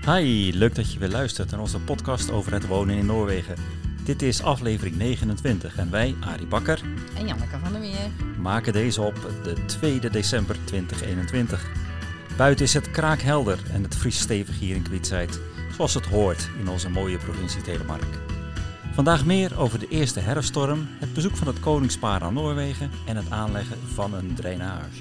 Hi, leuk dat je weer luistert naar onze podcast over het wonen in Noorwegen. Dit is aflevering 29 en wij, Arie Bakker en Janneke van der Meer, maken deze op de 2 december 2021. Buiten is het kraakhelder en het vriest stevig hier in Kvitsheid, zoals het hoort in onze mooie provincie Telemark. Vandaag meer over de eerste herfststorm, het bezoek van het koningspaar aan Noorwegen en het aanleggen van een drainage.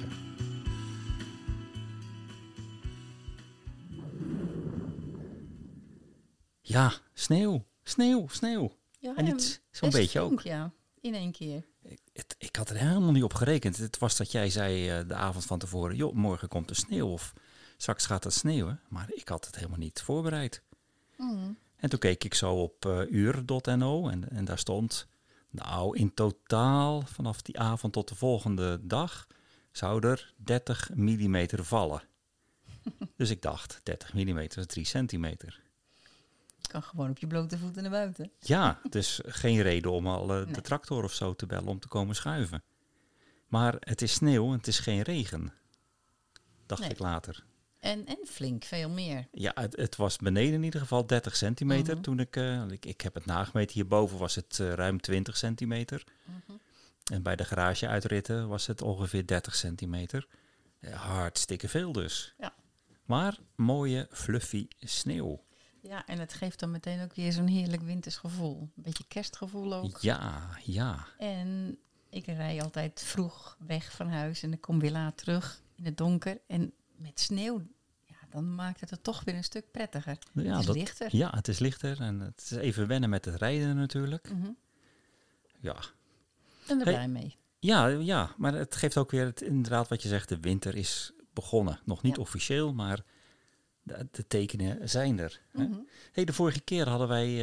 Ja, sneeuw. Ja, en niet zo'n beetje flink, ook. Ja, in één keer. Ik had er helemaal niet op gerekend. Het was dat jij zei de avond van tevoren, joh, morgen komt er sneeuw of straks gaat het sneeuwen. Maar ik had het helemaal niet voorbereid. Mm. En toen keek ik zo op uur.no en daar stond, nou in totaal vanaf die avond tot de volgende dag zou er 30 mm vallen. Dus ik dacht, 30 mm is 3 centimeter. Je kan gewoon op je blote voeten naar buiten. Ja, dus geen reden om al de tractor of zo te bellen om te komen schuiven. Maar het is sneeuw en het is geen regen, dacht ik later. En flink veel meer. Ja, het was beneden in ieder geval 30 centimeter. Toen ik heb het nagemeten, hierboven was het ruim 20 centimeter. En bij de garage uitritten was het ongeveer 30 centimeter. Hartstikke veel dus. Ja. Maar mooie, fluffy sneeuw. Ja, en het geeft dan meteen ook weer zo'n heerlijk winters gevoel. Een beetje kerstgevoel ook. Ja. En ik rij altijd vroeg weg van huis en ik kom weer laat terug in het donker. En met sneeuw, ja, dan maakt het toch weer een stuk prettiger. Ja, het is lichter. Ja, het is lichter en het is even wennen met het rijden natuurlijk. Mm-hmm. Ja. En er blij mee. Ja, maar het geeft ook weer inderdaad wat je zegt, de winter is begonnen. Nog niet officieel, maar de tekenen zijn er. Mm-hmm. De vorige keer hadden wij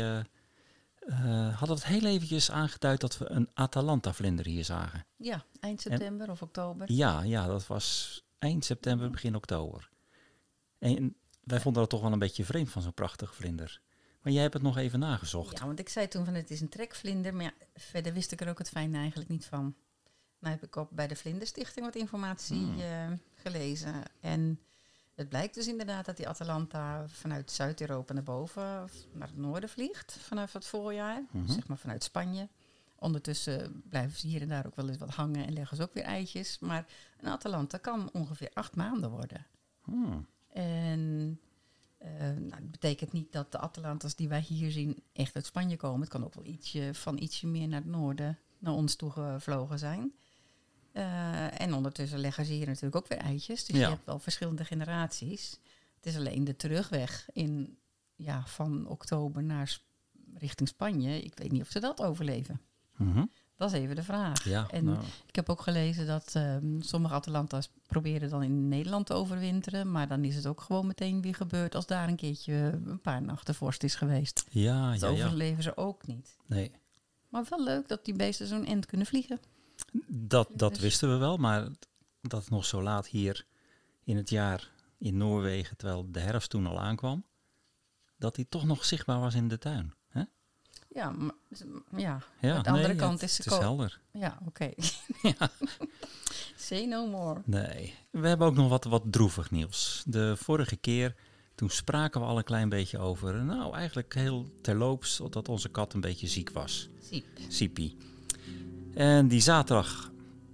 hadden het heel eventjes aangeduid dat we een Atalanta-vlinder hier zagen. Ja, eind september of oktober. Ja, dat was eind september, begin oktober. En wij vonden dat toch wel een beetje vreemd van zo'n prachtige vlinder. Maar jij hebt het nog even nagezocht. Ja, want ik zei toen van het is een trekvlinder, maar ja, verder wist ik er ook het fijne eigenlijk niet van. Nou heb ik ook bij de Vlinderstichting wat informatie gelezen. En het blijkt dus inderdaad dat die Atalanta vanuit Zuid-Europa naar boven, naar het noorden vliegt vanaf het voorjaar. Zeg maar vanuit Spanje. Ondertussen blijven ze hier en daar ook wel eens wat hangen en leggen ze ook weer eitjes. Maar een Atalanta kan ongeveer 8 maanden worden. En dat betekent niet dat de Atalantas die wij hier zien echt uit Spanje komen. Het kan ook wel ietsje meer naar het noorden naar ons toe gevlogen zijn. En ondertussen leggen ze hier natuurlijk ook weer eitjes. Dus je hebt wel verschillende generaties. Het is alleen de terugweg van oktober naar richting Spanje. Ik weet niet of ze dat overleven. Dat is even de vraag. Ja, ik heb ook gelezen dat sommige Atalanta's proberen dan in Nederland te overwinteren. Maar dan is het ook gewoon meteen weer gebeurd als daar een keertje een paar nachten vorst is geweest. Dat overleven ze ook niet. Nee. Maar wel leuk dat die beesten zo'n end kunnen vliegen. Dat wisten we wel, maar dat het nog zo laat hier in het jaar in Noorwegen, terwijl de herfst toen al aankwam, dat hij toch nog zichtbaar was in de tuin. Hè? Ja, maar aan de andere kant is het is helder. Ja, oké. Say no more. Nee, we hebben ook nog wat droevig nieuws. De vorige keer, toen spraken we al een klein beetje over, nou eigenlijk heel terloops, dat onze kat een beetje ziek was. Siepie. En die zaterdag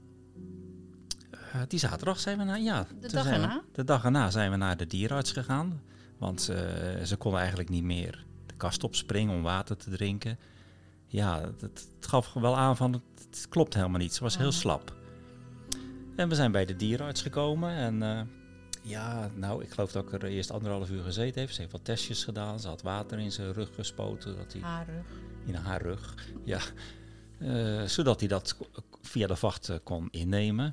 zijn we naar, de dag erna zijn we naar de dierenarts gegaan. Want ze konden eigenlijk niet meer de kast opspringen om water te drinken. Ja, het gaf wel aan van, het klopt helemaal niet. Ze was heel slap. En we zijn bij de dierenarts gekomen en ik geloof dat ik er eerst 1,5 uur gezeten heeft. Ze heeft wat testjes gedaan. Ze had water in zijn rug gespoten. In haar rug, ja. Zodat hij dat via de vacht kon innemen.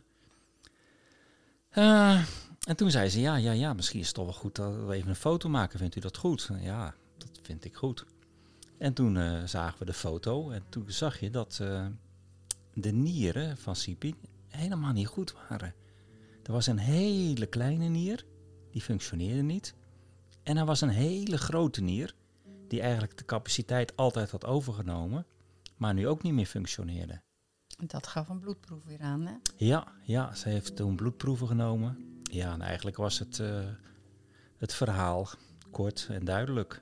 En toen zei ze, ja, misschien is het toch wel goed dat we even een foto maken. Vindt u dat goed? Ja, dat vind ik goed. En toen zagen we de foto en toen zag je dat de nieren van Siepie helemaal niet goed waren. Er was een hele kleine nier, die functioneerde niet. En er was een hele grote nier, die eigenlijk de capaciteit altijd had overgenomen, maar nu ook niet meer functioneerde. Dat gaf een bloedproef weer aan, hè? Ja, ze heeft toen bloedproeven genomen. Ja, en eigenlijk was het verhaal kort en duidelijk.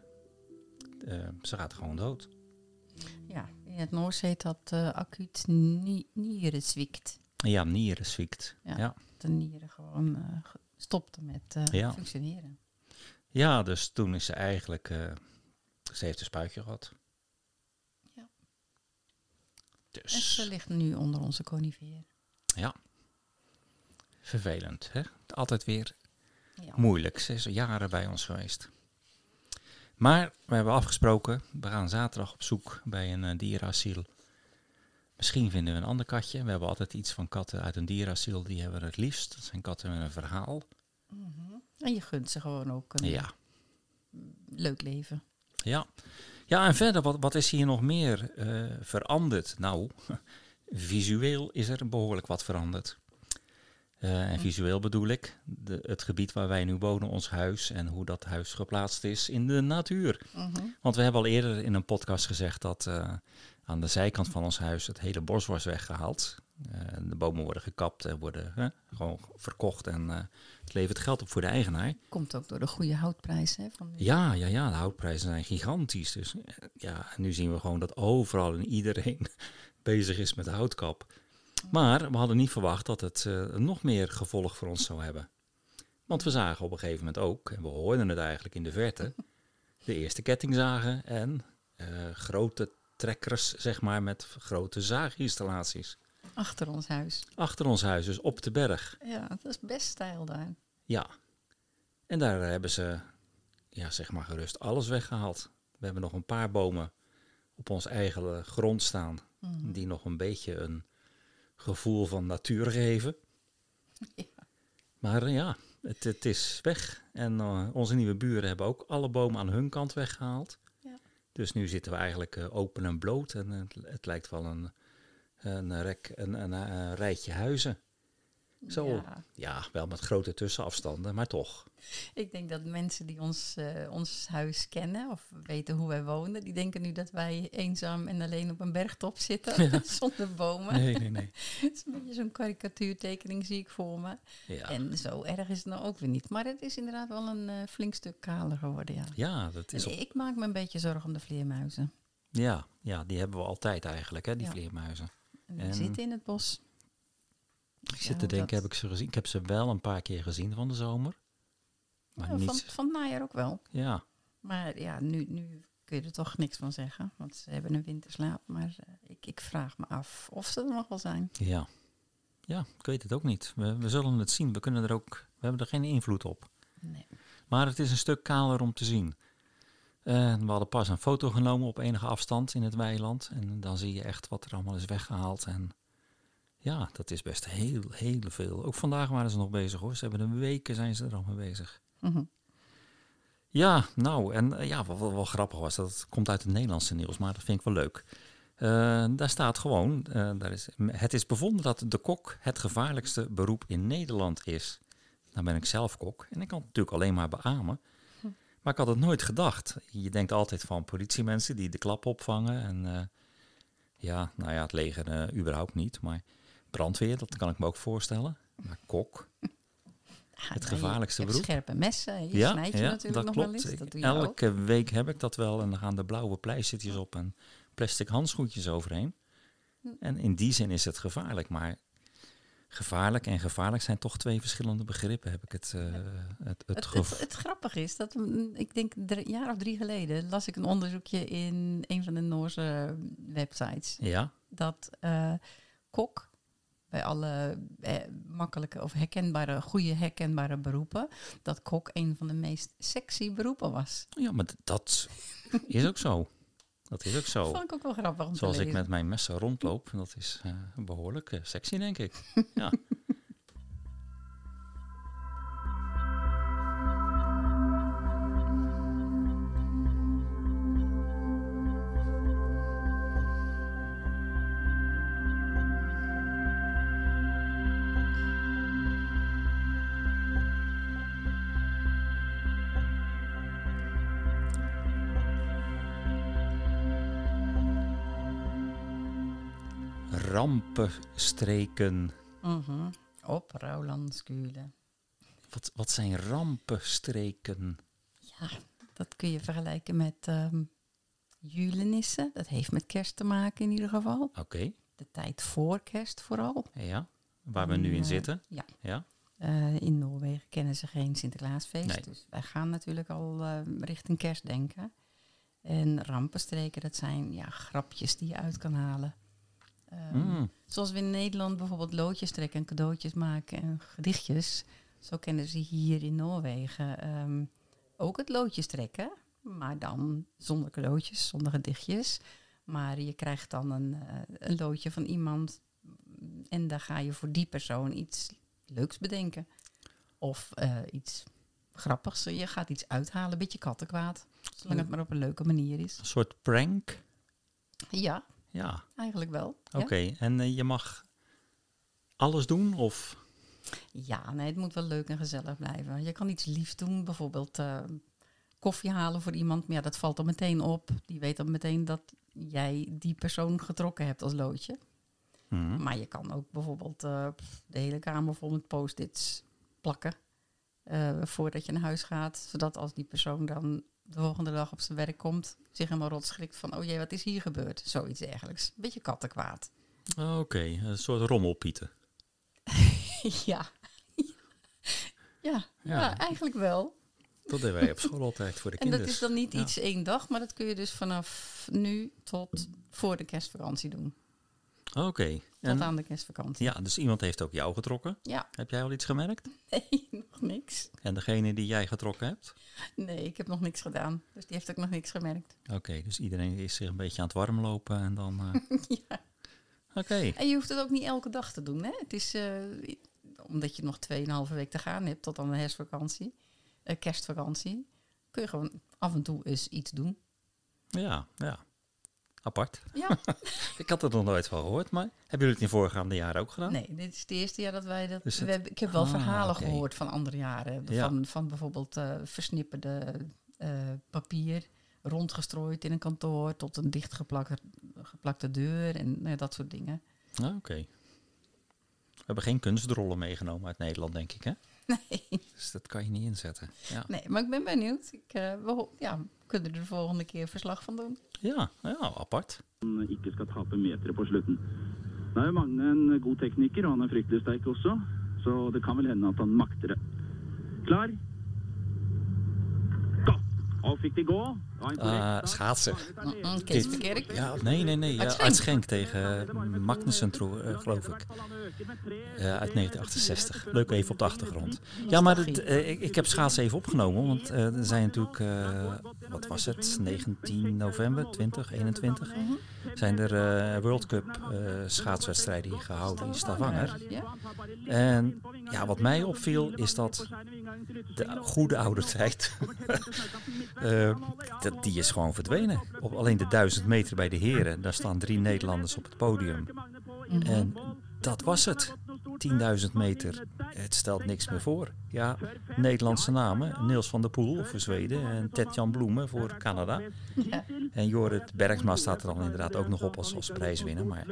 Ze gaat gewoon dood. Ja, in het Noors heet dat acuut nierenzwikt. Ja, nierenzwikt. Ja. De nieren gewoon stopten met functioneren. Ja, dus toen is ze eigenlijk... ze heeft een spuitje gehad. Ja. Dus. En ze ligt nu onder onze conifeer. Ja. Vervelend, hè? Altijd weer moeilijk. Ze is jaren bij ons geweest. Maar we hebben afgesproken, we gaan zaterdag op zoek bij een dierenasiel. Misschien vinden we een ander katje. We hebben altijd iets van katten uit een dierenasiel, die hebben we het liefst. Dat zijn katten met een verhaal. Mm-hmm. En je gunt ze gewoon ook een leuk leven. Ja. Ja, en verder, wat is hier nog meer veranderd? Nou, visueel is er behoorlijk wat veranderd. En visueel bedoel ik het gebied waar wij nu wonen, ons huis, en hoe dat huis geplaatst is in de natuur. Mm-hmm. Want we hebben al eerder in een podcast gezegd dat aan de zijkant van ons huis het hele bos was weggehaald. De bomen worden gekapt en worden gewoon verkocht en het levert geld op voor de eigenaar. Komt ook door de goede houtprijs, hè? Ja, de houtprijzen zijn gigantisch. Dus en nu zien we gewoon dat overal en iedereen bezig is met houtkap. Maar we hadden niet verwacht dat het nog meer gevolg voor ons zou hebben. Want we zagen op een gegeven moment ook, en we hoorden het eigenlijk in de verte, de eerste kettingzagen en grote trekkers, zeg maar, met grote zaaginstallaties. Achter ons huis. Achter ons huis, dus op de berg. Ja, dat is best steil daar. Ja, en daar hebben ze, zeg maar gerust, alles weggehaald. We hebben nog een paar bomen op ons eigen grond staan, die nog een beetje een gevoel van natuur geven. Ja. Maar het is weg. En onze nieuwe buren hebben ook alle bomen aan hun kant weggehaald. Ja. Dus nu zitten we eigenlijk open en bloot. En het lijkt wel een rijtje huizen. Zo, wel met grote tussenafstanden, maar toch. Ik denk dat mensen die ons huis kennen of weten hoe wij wonen, die denken nu dat wij eenzaam en alleen op een bergtop zitten, zonder bomen. Nee. Het is een beetje zo'n karikatuurtekening, zie ik voor me. Ja. En zo erg is het nou ook weer niet. Maar het is inderdaad wel een flink stuk kaler geworden, ja. Ja, dat is... Ik maak me een beetje zorgen om de vleermuizen. Ja, die hebben we altijd eigenlijk, hè, die vleermuizen. En die zitten in het bos. Ik zit te denken, heb ik ze gezien? Ik heb ze wel een paar keer gezien van de zomer. Maar niet... van het najaar ook wel. Ja. Maar ja, nu kun je er toch niks van zeggen. Want ze hebben een winterslaap. Maar ik vraag me af of ze er nog wel zijn. Ja, ik weet het ook niet. We zullen het zien. We hebben er geen invloed op. Nee. Maar het is een stuk kaler om te zien. We hadden pas een foto genomen op enige afstand in het weiland. En dan zie je echt wat er allemaal is weggehaald. En ja, dat is best heel veel. Ook vandaag waren ze nog bezig, hoor. Ze hebben weken zijn ze er al mee bezig. Mm-hmm. Ja, nou, en wat wel grappig was, dat komt uit het Nederlandse nieuws, maar dat vind ik wel leuk. Daar staat gewoon, het is bevonden dat de kok het gevaarlijkste beroep in Nederland is. Nou ben ik zelf kok en ik kan het natuurlijk alleen maar beamen. Maar ik had het nooit gedacht. Je denkt altijd van politiemensen die de klap opvangen. En het leger überhaupt niet. Maar brandweer, dat kan ik me ook voorstellen. Maar kok, het gevaarlijkste beroep. Scherpe messen, je snijdt je natuurlijk nog wel eens. Dat doe je Elke week heb ik dat wel. En dan gaan er blauwe pleistertjes op en plastic handschoentjes overheen. En in die zin is het gevaarlijk. Maar gevaarlijk en gevaarlijk zijn toch twee verschillende begrippen, heb ik het gevoel. Het grappige is dat, ik denk een jaar of 3 geleden, las ik een onderzoekje in een van de Noorse websites. Ja. Dat kok bij alle makkelijke of goede herkenbare beroepen, dat kok een van de meest sexy beroepen was. Ja, maar dat is ook zo. Dat is ook zo. Dat vond ik ook wel grappig om Zoals te lezen. Ik met mijn messen rondloop, dat is behoorlijk sexy, denk ik. Ja. Rampenstreken. Mm-hmm. Op Rouwlandskulen. Wat zijn rampenstreken? Ja, Dat kun je vergelijken met julenissen. Dat heeft met kerst te maken in ieder geval. Oké. De tijd voor kerst vooral. Ja, waar we nu in zitten. Ja. In Noorwegen kennen ze geen Sinterklaasfeest. Nee. Dus wij gaan natuurlijk al richting kerst denken. En rampenstreken, dat zijn grapjes die je uit kan halen. Zoals we in Nederland bijvoorbeeld loodjes trekken en cadeautjes maken en gedichtjes. Zo kennen ze hier in Noorwegen ook het loodjes trekken. Maar dan zonder cadeautjes, zonder gedichtjes. Maar je krijgt dan een loodje van iemand. En dan ga je voor die persoon iets leuks bedenken. Of iets grappigs. Je gaat iets uithalen, een beetje kattenkwaad. Zolang het maar op een leuke manier is. Een soort prank? Ja, ja. Eigenlijk wel. Oké, en je mag alles doen? Of? Ja, nee, het moet wel leuk en gezellig blijven. Je kan iets liefs doen, bijvoorbeeld koffie halen voor iemand. Maar ja, dat valt dan meteen op. Die weet dan meteen dat jij die persoon getrokken hebt als loodje. Maar je kan ook bijvoorbeeld de hele kamer vol met post-its plakken. Voordat je naar huis gaat. Zodat als die persoon dan de volgende dag op zijn werk komt, zich helemaal rot schrikt van, oh jee, wat is hier gebeurd? Zoiets dergelijks. Een beetje kattenkwaad. Oké, een soort rommelpieten. Ja, eigenlijk wel. Dat deden wij op school altijd voor de kinderen. En dat is dan niet iets 1 dag, maar dat kun je dus vanaf nu tot voor de kerstvakantie doen. Oké. Tot aan de kerstvakantie. Ja, dus iemand heeft ook jou getrokken. Ja. Heb jij al iets gemerkt? Nee, nog niks. En degene die jij getrokken hebt? Nee, ik heb nog niks gedaan. Dus die heeft ook nog niks gemerkt. Oké, dus iedereen is zich een beetje aan het warm lopen en dan... Ja. Oké. En je hoeft het ook niet elke dag te doen, hè? Het is omdat je nog 2,5 week te gaan hebt tot aan de herfstvakantie, kerstvakantie, kun je gewoon af en toe eens iets doen. Ja. Apart. Ja. Ik had er nog nooit van gehoord, maar hebben jullie het in voorgaande jaren ook gedaan? Nee, dit is het eerste jaar dat wij dat... Dus ik heb wel verhalen gehoord van andere jaren. Ja. Van bijvoorbeeld versnipperde papier, rondgestrooid in een kantoor, tot een dichtgeplakte deur en dat soort dingen. Oké. We hebben geen kunstdrollen meegenomen uit Nederland, denk ik, hè? Nee. Dus dat kan je niet inzetten. Ja, Nee, maar ik ben benieuwd. We kunnen er de volgende keer verslag van doen. ja apart. Ikke skal tape meteren på slutten. Det er jo Magne en god tekniker, og han er fryktelig sterk også, så det kan vel hende at han makter det. Klar? Gå! Al fikk de gå. Schaatsen. Kees Verkerk. Ja, nee. Uit Schenk tegen Magnussen, geloof ik. Uit 1968. Leuk even op de achtergrond. Ja, maar ik heb schaatsen even opgenomen. Want er zijn natuurlijk, wat was het? 19 november 2021. Zijn er World Cup schaatswedstrijden hier gehouden in Stavanger. En ja, wat mij opviel is dat de goede oude tijd, die is gewoon verdwenen. Op alleen de 1000 meter bij de heren, daar staan 3 Nederlanders op het podium. En dat was het. 10.000 meter, het stelt niks meer voor. Ja, Nederlandse namen, Niels van der Poel voor Zweden en Ted-Jan Bloemen voor Canada. Ja. En Jorrit Bergsma staat er dan inderdaad ook nog op als prijswinnaar. Maar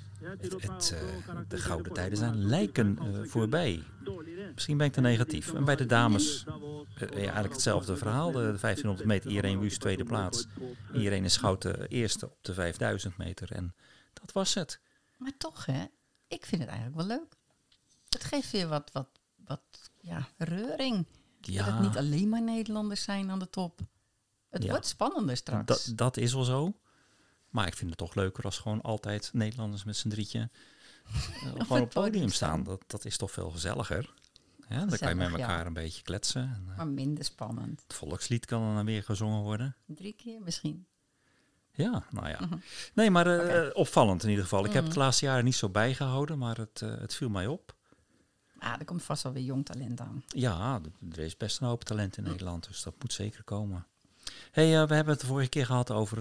de gouden tijden lijken voorbij. Misschien ben ik te negatief. En bij de dames eigenlijk hetzelfde verhaal. De 1500 meter, Irene Wüst tweede plaats. Irene Schouten eerste op de 5000 meter. En dat was het. Maar toch, hè? Ik vind het eigenlijk wel leuk. Het geeft weer wat reuring. Ja. Dat het niet alleen maar Nederlanders zijn aan de top. Het wordt spannender straks. Dat is wel zo. Maar ik vind het toch leuker als gewoon altijd Nederlanders met z'n drietje gewoon op het podium staan. Dat is toch veel gezelliger. Ja, dan kan je met elkaar een beetje kletsen. En, maar minder spannend. Het volkslied kan dan weer gezongen worden. 3 keer misschien. Ja, nou ja. Nee, maar opvallend in ieder geval. Ik heb het de laatste jaren niet zo bijgehouden, maar het viel mij op. Er komt vast wel weer jong talent aan. Ja, er is best een hoop talent in Nederland, dus dat moet zeker komen. Hey, we hebben het de vorige keer gehad over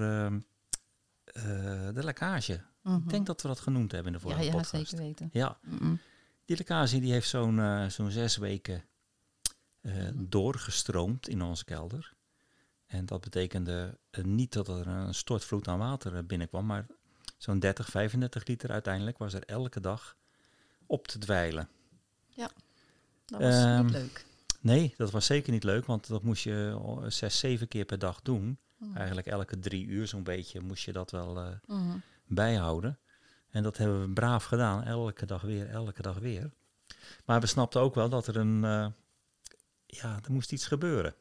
de lekkage. Ik denk dat we dat genoemd hebben in de vorige podcast. Ja, zeker weten. Ja, die lekkage die heeft zo'n 6 weken doorgestroomd in onze kelder. En dat betekende niet dat er een stortvloed aan water binnenkwam, maar zo'n 30, 35 liter uiteindelijk was er elke dag op te dweilen. Ja, dat was niet leuk. Nee, dat was zeker niet leuk, want dat moest je 6, 7 keer per dag doen. Eigenlijk elke 3 uur zo'n beetje moest je dat wel bijhouden. En dat hebben we braaf gedaan, elke dag weer. Maar we snapten ook wel dat er er moest iets gebeuren.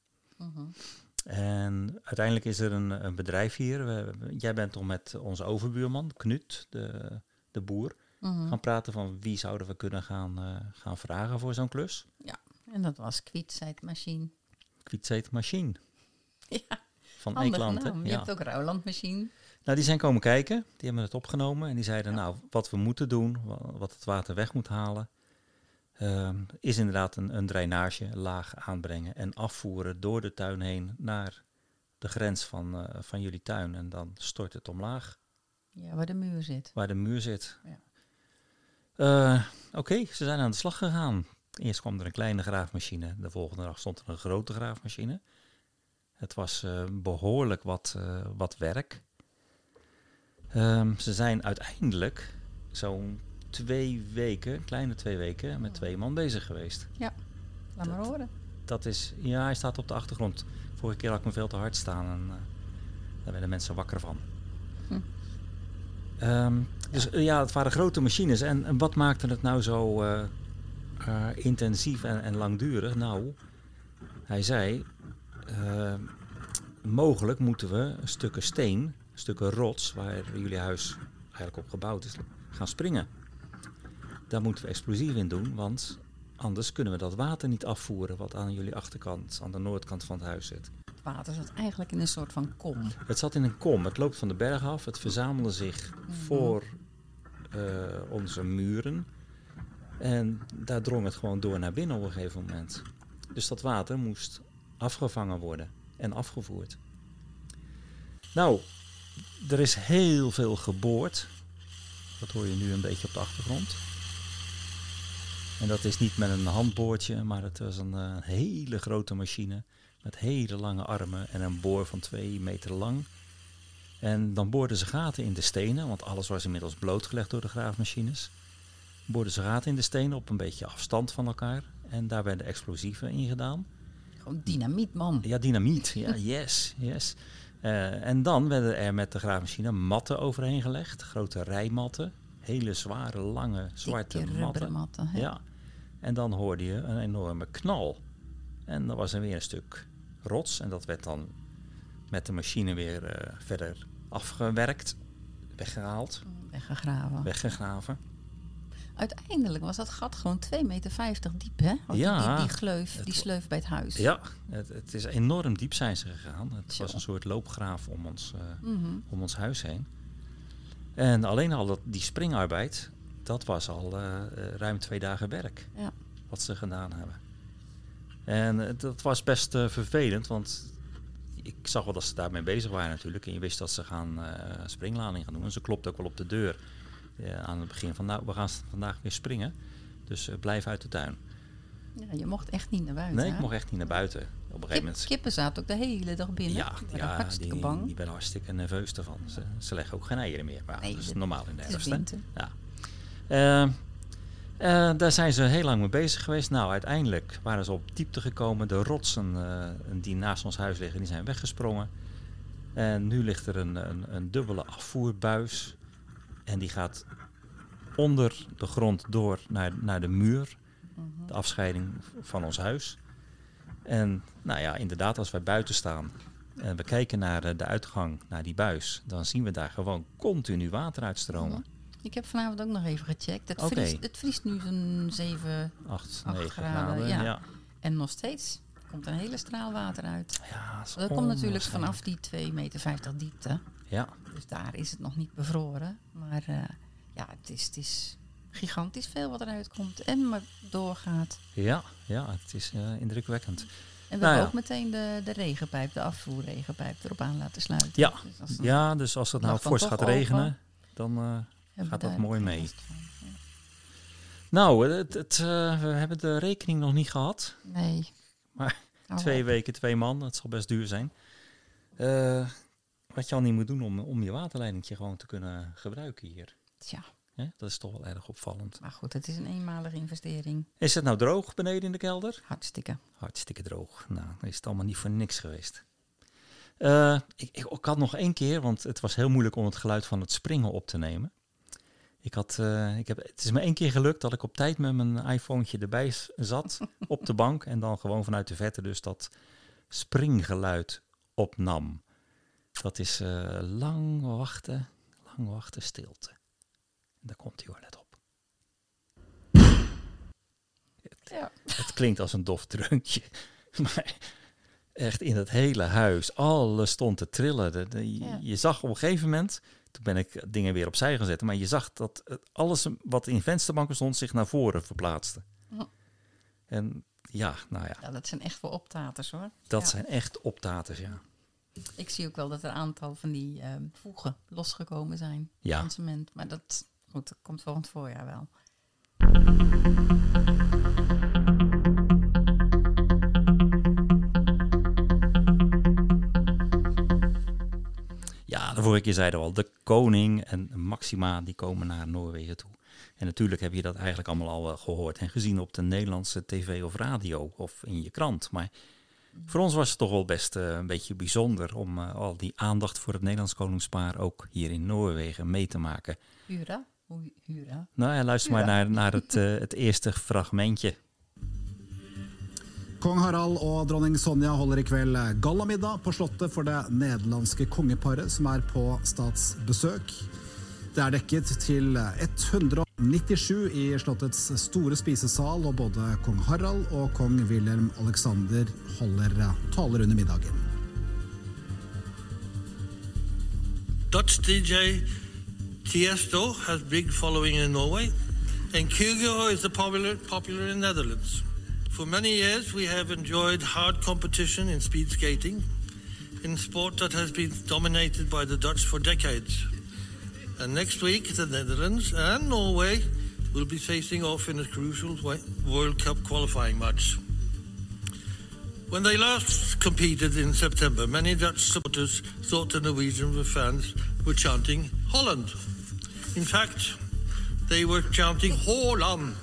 En uiteindelijk is er een bedrijf hier. Jij bent toch met onze overbuurman, Knut, de boer, gaan praten van wie zouden we kunnen gaan vragen voor zo'n klus. Ja, en dat was Kwietzijdmachine. Kwietzijdmachine. Ja, van Eekland. Je hebt ook Rouwlandmachine. Nou, die zijn komen kijken, die hebben het opgenomen en die zeiden wat we moeten doen, wat het water weg moet halen, is inderdaad een drainagelaag aanbrengen en afvoeren door de tuin heen naar de grens van jullie tuin. En dan stort het omlaag. Ja, waar de muur zit. Waar de muur zit. Ja. Oké, ze zijn aan de slag gegaan. Eerst kwam er een kleine graafmachine. De volgende dag stond er een grote graafmachine. Het was behoorlijk wat werk. Ze zijn uiteindelijk zo'n 2 weken, kleine 2 weken, met 2 man bezig geweest. Ja, laat maar horen. Dat is, hij staat op de achtergrond. Vorige keer had ik me veel te hard staan en daar werden mensen wakker van. Dus het waren grote machines. En wat maakte het nou zo intensief en langdurig? Nou, hij zei, mogelijk moeten we stukken steen, stukken rots, waar jullie huis eigenlijk op gebouwd is, gaan springen. Daar moeten we explosief in doen, want anders kunnen we dat water niet afvoeren wat aan jullie achterkant, aan de noordkant van het huis zit. Het water zat eigenlijk in een soort van kom. Het zat in een kom. Het loopt van de berg af. Het verzamelde zich voor onze muren. En daar drong het gewoon door naar binnen op een gegeven moment. Dus dat water moest afgevangen worden en afgevoerd. Nou, er is heel veel geboord. Dat hoor je nu een beetje op de achtergrond. En dat is niet met een handboortje, maar het was een hele grote machine met hele lange armen en een boor van 2 meter lang. En dan boorden ze gaten in de stenen, want alles was inmiddels blootgelegd door de graafmachines. Boorden ze gaten in de stenen op een beetje afstand van elkaar. En daar werden explosieven in gedaan. Gewoon dynamiet, man. Ja, dynamiet. Ja, yes. En dan werden er met de graafmachine matten overheen gelegd. Grote rijmatten. Hele zware, lange, zwarte matten. Ja. En dan hoorde je een enorme knal. En dan was er weer een stuk rots. En dat werd dan met de machine weer verder afgewerkt. Weggehaald. Weggegraven. Uiteindelijk was dat gat gewoon 2,50 meter diep, hè? Die sleuf bij het huis. Ja, het is enorm diep zijn ze gegaan. Het was een soort loopgraaf om ons huis heen. En alleen al die springarbeid, dat was al ruim 2 dagen werk. Ja. Wat ze gedaan hebben. En dat was best vervelend, want ik zag wel dat ze daarmee bezig waren natuurlijk. En je wist dat ze springlading gaan doen. En ze klopte ook wel op de deur aan het begin van, we gaan vandaag weer springen. Dus blijf uit de tuin. Ja, je mocht echt niet naar buiten. Nee, ik mocht echt niet naar buiten. Op een gegeven moment... Kippen zaten ook de hele dag binnen. Ja, hartstikke bang. Die werden hartstikke nerveus ervan. Ze leggen ook geen eieren meer. Maar dat is normaal in de herfst. Ja. Daar zijn ze heel lang mee bezig geweest. Nou, uiteindelijk waren ze op diepte gekomen. De rotsen die naast ons huis liggen, die zijn weggesprongen. En nu ligt er een dubbele afvoerbuis. En die gaat onder de grond door naar de muur. De afscheiding van ons huis. En nou ja, inderdaad, als wij buiten staan en we kijken naar de uitgang, naar die buis, dan zien we daar gewoon continu water uitstromen. Ik heb vanavond ook nog even gecheckt. Het vriest nu zo'n 7, 8 graden. Ja. En nog steeds komt een hele straal water uit. Ja, dat komt natuurlijk vanaf die 2,50 meter diepte. Ja. Dus daar is het nog niet bevroren. Maar het is gigantisch veel wat eruit komt en maar doorgaat. Ja, het is indrukwekkend. En we hebben ook meteen de regenpijp, de afvoerregenpijp erop aan laten sluiten. Ja, dus als het nou fors gaat regenen, dan gaat dat mooi mee. Nou, we hebben de rekening nog niet gehad. Nee. Maar 2 weken, 2 man, dat zal best duur zijn. Wat je al niet moet doen om je waterleidingje gewoon te kunnen gebruiken hier. Tja, Dat is toch wel erg opvallend. Maar goed, het is een eenmalige investering. Is het nou droog beneden in de kelder? Hartstikke. Hartstikke droog. Nou, dan is het allemaal niet voor niks geweest. Ik had nog 1 keer, want het was heel moeilijk om het geluid van het springen op te nemen. Het is me 1 keer gelukt dat ik op tijd met mijn iPhonetje erbij zat op de bank en dan gewoon vanuit de verte dus dat springgeluid opnam. Dat is lang wachten, stilte. En daar komt hij hoor, let op. Het klinkt als een dof dreuntje, maar echt in het hele huis, alles stond te trillen. Je zag op een gegeven moment, toen ben ik dingen weer opzij gezet, maar je zag dat alles wat in vensterbanken stond zich naar voren verplaatste. En ja, nou ja. Ja, dat zijn echt wel optaters hoor. Dat zijn echt optaters, ja. Ik zie ook wel dat er een aantal van die voegen losgekomen zijn. Ja. Consument. Maar dat komt volgend voorjaar wel. Ja, de vorige keer zeiden we al, de koning en Maxima die komen naar Noorwegen toe. En natuurlijk heb je dat eigenlijk allemaal al wel gehoord en gezien op de Nederlandse tv of radio of in je krant. Maar voor ons was het toch wel best een beetje bijzonder om al die aandacht voor het Nederlands koningspaar ook hier in Noorwegen mee te maken. Hura? Nou ja, luister maar naar het eerste fragmentje. Kong Harald og dronning Sonja holder i kveld gallamiddag på slottet for det nederlandske kongeparet som på statsbesøk. Det dekket til 197 i slottets store spisesal, og både kong Harald og kong Wilhelm Alexander holder taler under middagen. Dutch DJ Tiesto has big following in Norway, and Kygo is popular in the Netherlands. For many years we have enjoyed hard competition in speed skating, in sport that has been dominated by the Dutch for decades. And next week the Netherlands and Norway will be facing off in a crucial World Cup qualifying match. When they last competed in September, many Dutch supporters thought the Norwegian fans were chanting Holland. In fact, they were chanting Holland.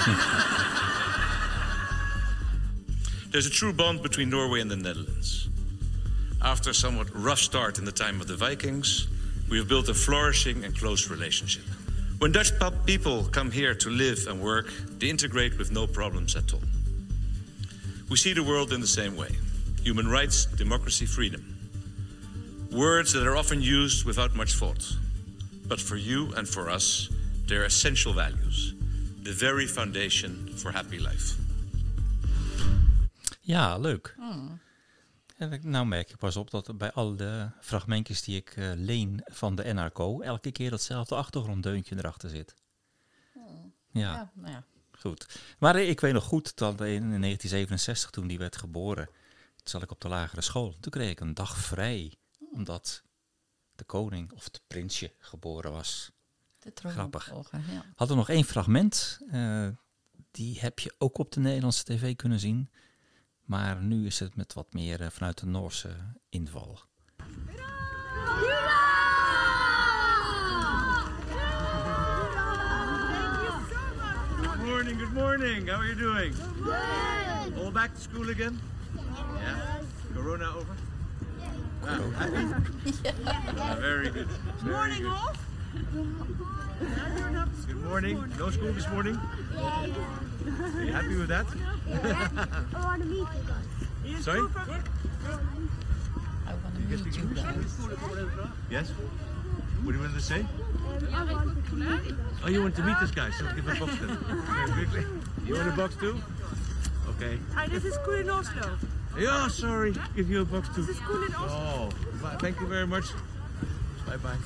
There's a true bond between Norway and the Netherlands. After a somewhat rough start in the time of the Vikings, we have built a flourishing and close relationship. When Dutch people come here to live and work, they integrate with no problems at all. We see the world in the same way. Human rights, democracy, freedom. Words that are often used without much thought. But for you and for us, they're essential values. The very foundation for happy life. Ja, leuk. En nou merk je pas op dat bij al de fragmentjes die ik leen van de NRK elke keer datzelfde achtergronddeuntje erachter zit. Ja, nou ja. Goed. Maar ik weet nog goed dat in 1967, toen die werd geboren, toen zat ik op de lagere school. Toen kreeg ik een dag vrij, omdat de koning of het prinsje geboren was. Grappig. Ja. Had er nog 1 fragment, die heb je ook op de Nederlandse tv kunnen zien. Maar nu is het met wat meer vanuit de Noorse inval. Good morning. How are you doing? Good. All back to school again? Yeah. Corona over? Happy? Very good. Morning off. Good morning. No school this morning? Are you happy with that? I want to meet you guys. Sorry? I want to meet you guys. Yes? What do you want to say? I want to meet you guys. Oh, you want to meet this guy? So give a box then. Very quickly. You want a box too? Okay. Hi, this is school in Oslo. Yeah, sorry. Give you a box too. This is school in Oslo. Oh, thank you very much. Bye-bye.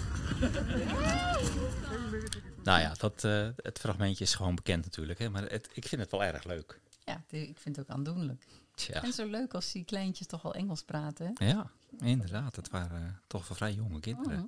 Nou ja, het fragmentje is gewoon bekend natuurlijk, hè? Maar ik vind het wel erg leuk. Ja, ik vind het ook aandoenlijk. Tja. En zo leuk als die kleintjes toch al Engels praten. Hè? Ja, inderdaad. Het waren toch wel vrij jonge kinderen.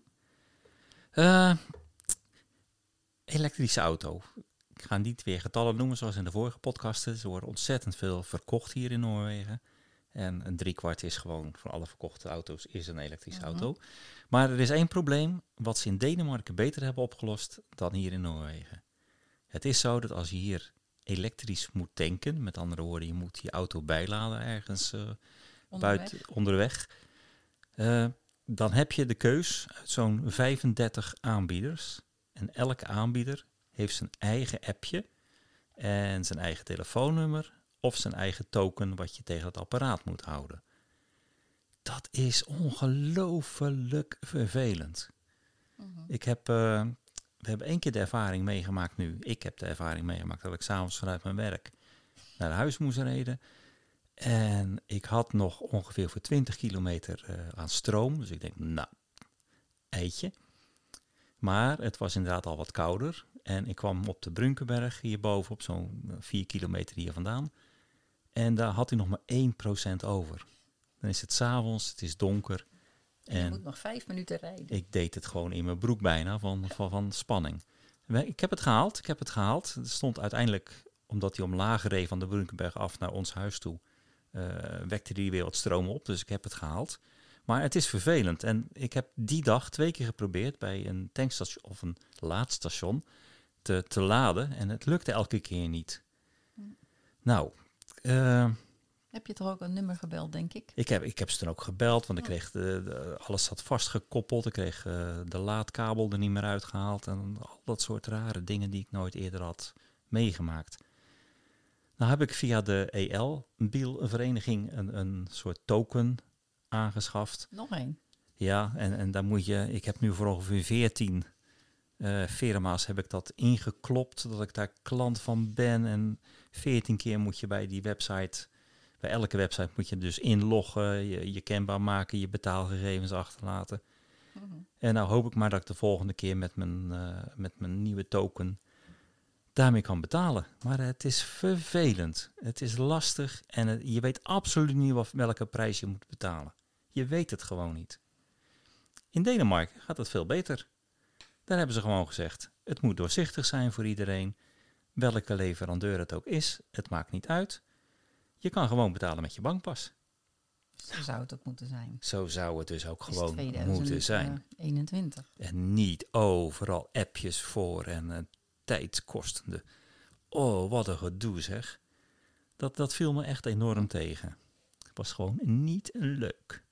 Elektrische auto. Ik ga niet weer getallen noemen zoals in de vorige podcasten. Ze worden ontzettend veel verkocht hier in Noorwegen. En een 3/4 is gewoon van alle verkochte auto's is een elektrische auto. Maar er is één probleem wat ze in Denemarken beter hebben opgelost dan hier in Noorwegen. Het is zo dat als je hier elektrisch moet tanken, met andere woorden, je moet je auto bijladen ergens onderweg. Dan heb je de keus uit zo'n 35 aanbieders. En elke aanbieder heeft zijn eigen appje en zijn eigen telefoonnummer of zijn eigen token wat je tegen het apparaat moet houden. Dat is ongelooflijk vervelend. We hebben 1 keer de ervaring meegemaakt nu. Ik heb de ervaring meegemaakt dat ik 's avonds vanuit mijn werk naar huis moest rijden. En ik had nog ongeveer voor 20 kilometer aan stroom. Dus ik denk, nou, eitje. Maar het was inderdaad al wat kouder. En ik kwam op de Brunkeberg hierboven op zo'n 4 kilometer hier vandaan. En daar had hij nog maar 1% over. Dan is het 's avonds, het is donker. En je moet nog 5 minuten rijden. Ik deed het gewoon in mijn broek bijna van spanning. Ik heb het gehaald. Het stond uiteindelijk, omdat hij omlaag reed van de Brunkeberg af naar ons huis toe, wekte hij weer wat stroom op. Dus ik heb het gehaald. Maar het is vervelend. En ik heb die dag 2 keer geprobeerd bij een tankstation of een laadstation te laden. En het lukte elke keer niet. Nou, heb je toch ook een nummer gebeld, denk ik? Ik heb ze toen ook gebeld, want ik kreeg alles zat vastgekoppeld. Ik kreeg de laadkabel er niet meer uitgehaald. En al dat soort rare dingen die ik nooit eerder had meegemaakt. Nou heb ik via de EL-bielvereniging een soort token aangeschaft. Nog één? Ja, en daar moet je... Ik heb nu voor ongeveer 14 firma's heb ik dat ingeklopt, dat ik daar klant van ben. En 14 keer moet je bij die website... Bij elke website moet je dus inloggen, je kenbaar maken, je betaalgegevens achterlaten. En nou hoop ik maar dat ik de volgende keer met mijn nieuwe token daarmee kan betalen. Maar het is vervelend. Het is lastig en je weet absoluut niet welke prijs je moet betalen. Je weet het gewoon niet. In Denemarken gaat het veel beter. Daar hebben ze gewoon gezegd, het moet doorzichtig zijn voor iedereen. Welke leverandeur het ook is, het maakt niet uit. Je kan gewoon betalen met je bankpas. Zo zou het ook moeten zijn. Zo zou het dus ook gewoon moeten zijn. 2021. En niet overal appjes voor en tijdskostende. Oh, wat een gedoe zeg. Dat viel me echt enorm tegen. Het was gewoon niet leuk.